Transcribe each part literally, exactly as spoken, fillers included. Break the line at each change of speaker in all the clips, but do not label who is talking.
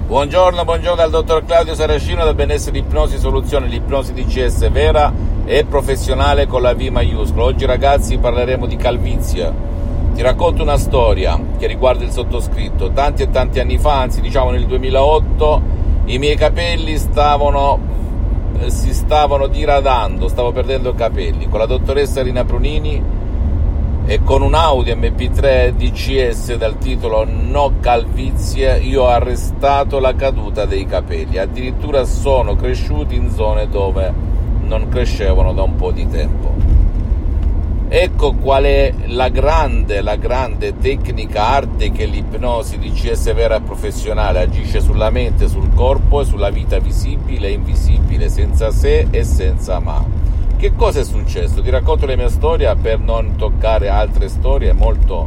Buongiorno, buongiorno dal dottor Claudio Saracino da Benessere Ipnosi Soluzione, l'ipnosi D C S vera e professionale con la V maiuscola. Oggi ragazzi parleremo di calvizie. Ti racconto una storia che riguarda il sottoscritto. Tanti e tanti anni fa, anzi diciamo nel duemilaotto, i miei capelli stavano, si stavano diradando, stavo perdendo capelli. Con la dottoressa Rina Prunini e con un Audi M P tre D C S dal titolo No calvizie io ho arrestato la caduta dei capelli, addirittura sono cresciuti in zone dove non crescevano da un po' di tempo. Ecco qual è la grande, la grande tecnica, arte che l'ipnosi D C S vera e professionale agisce sulla mente, sul corpo e sulla vita visibile e invisibile, senza se e senza ma. Che cosa è successo? Ti racconto la mia storia per non toccare altre storie molto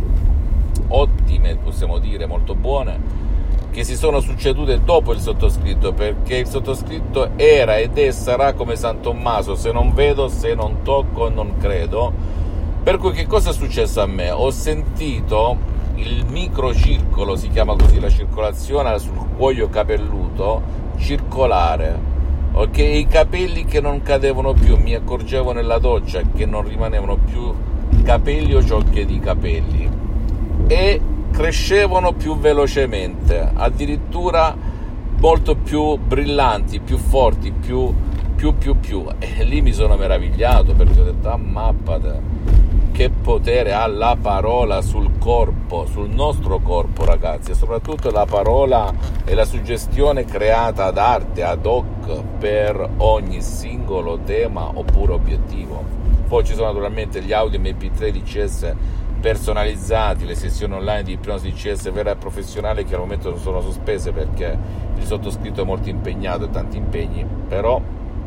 ottime, possiamo dire, molto buone, che si sono succedute dopo il sottoscritto, perché il sottoscritto era ed è sarà come San Tommaso, se non vedo, se non tocco, non credo. Per cui che cosa è successo a me? Ho sentito il microcircolo, si chiama così la circolazione sul cuoio capelluto, circolare. Ok, i capelli che non cadevano più, mi accorgevo nella doccia che non rimanevano più capelli o ciocche di capelli e crescevano più velocemente, addirittura molto più brillanti, più forti, più più più più e lì mi sono meravigliato, perché ho detto ah mappate, che potere ha la parola sul corpo, sul nostro corpo ragazzi, e soprattutto la parola e la suggestione creata ad arte, ad hoc, per ogni singolo tema oppure obiettivo. Poi ci sono naturalmente gli audio M P tre D C S personalizzati, le sessioni online di ipnosi D C S vera e professionale che al momento sono sospese perché il sottoscritto è molto impegnato e tanti impegni, però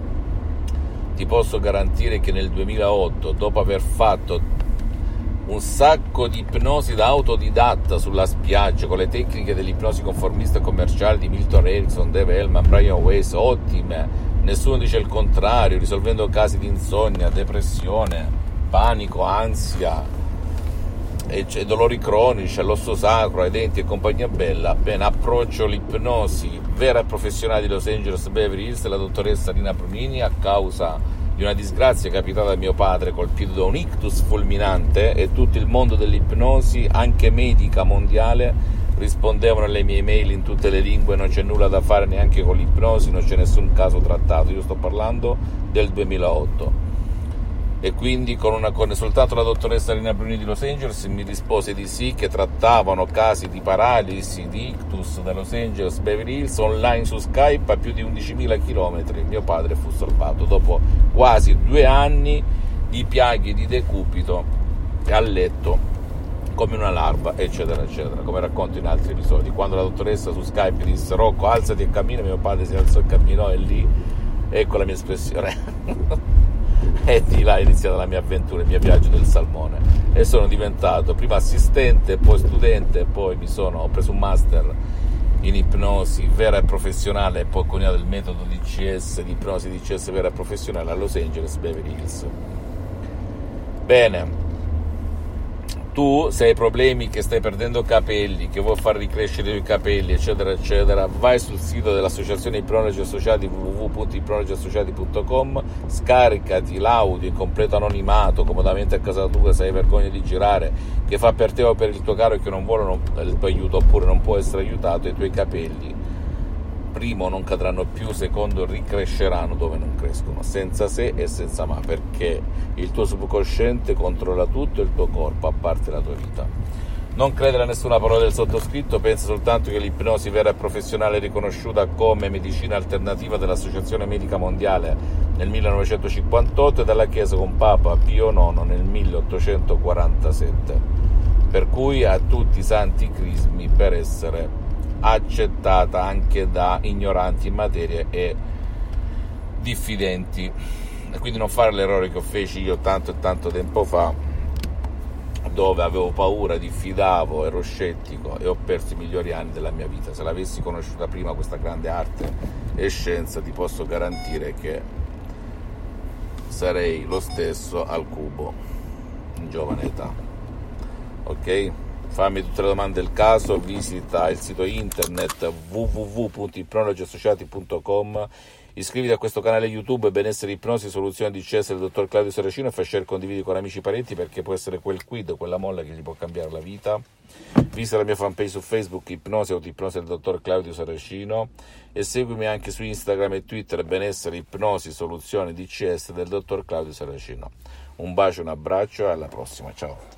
ti posso garantire che nel duemilaotto, dopo aver fatto un sacco di ipnosi da autodidatta sulla spiaggia con le tecniche dell'ipnosi conformista e commerciale di Milton Erickson, Dave Hellman, Brian Weiss, ottime, nessuno dice il contrario, risolvendo casi di insonnia, depressione, panico, ansia, e c'è dolori cronici all'osso sacro, ai denti e compagnia bella. Bene, approccio l'ipnosi vera e professionale di Los Angeles Beverly Hills e la dottoressa Rina Prunini a causa di una disgrazia capitata a mio padre, colpito da un ictus fulminante, e tutto il mondo dell'ipnosi, anche medica mondiale, rispondevano alle mie email in tutte le lingue. Non c'è nulla da fare neanche con l'ipnosi, non c'è nessun caso trattato. Io sto parlando del duemilaotto. E quindi con, una, con soltanto la dottoressa Rina Bruni di Los Angeles mi rispose di sì, che trattavano casi di paralisi, di ictus da Los Angeles Beverly Hills online su Skype a più di undicimila chilometri. Mio padre fu salvato dopo quasi due anni di piaghe di decupito a letto come una larva, eccetera eccetera, come racconto in altri episodi. Quando la dottoressa su Skype disse Rocco alzati e cammina, mio padre si alzò e camminò, e lì ecco la mia espressione e di là è iniziata la mia avventura, il mio viaggio del salmone, e sono diventato prima assistente, poi studente, poi mi sono ho preso un master in ipnosi vera e professionale e poi coniato il metodo D C S di ipnosi D C S vera e professionale a Los Angeles Beverly Hills. Bene, tu se hai problemi, che stai perdendo capelli, che vuoi far ricrescere i capelli, eccetera eccetera, vai sul sito dell'associazione Ipnologi Associati w w w punto ipnologi associati punto com, scaricati l'audio in completo anonimato comodamente a casa tua, se hai vergogna di girare, che fa per te o per il tuo caro e che non vuole non, il tuo aiuto oppure non può essere aiutato. I tuoi capelli, primo, non cadranno più, secondo, ricresceranno dove non crescono, senza se e senza ma, perché il tuo subconsciente controlla tutto il tuo corpo, a parte la tua vita. Non credere a nessuna parola del sottoscritto, pensa soltanto che l'ipnosi vera e professionale è riconosciuta come medicina alternativa dall'Associazione Medica Mondiale nel millenovecentocinquantotto e dalla Chiesa con Papa Pio nono nel milleottocentoquarantasette, per cui ha tutti i santi crismi per essere accettata anche da ignoranti in materia e diffidenti. E quindi non fare l'errore che ho feci io tanto e tanto tempo fa, dove avevo paura, diffidavo, ero scettico e ho perso i migliori anni della mia vita. Se l'avessi conosciuta prima questa grande arte e scienza, ti posso garantire che sarei lo stesso al cubo in giovane età. Ok? Fammi tutte le domande del caso, visita il sito internet w w w punto ipnologi associati punto com, iscriviti a questo canale YouTube Benessere Ipnosi Soluzione D C S del dottor Claudio Saracino e fai share, condividi con amici e parenti, perché può essere quel quid, quella molla che gli può cambiare la vita. Visita la mia fanpage su Facebook Ipnosi Autoipnosi del dottor Claudio Saracino e seguimi anche su Instagram e Twitter Benessere Ipnosi Soluzione D C S del dottor Claudio Saracino. Un bacio, un abbraccio e alla prossima, ciao.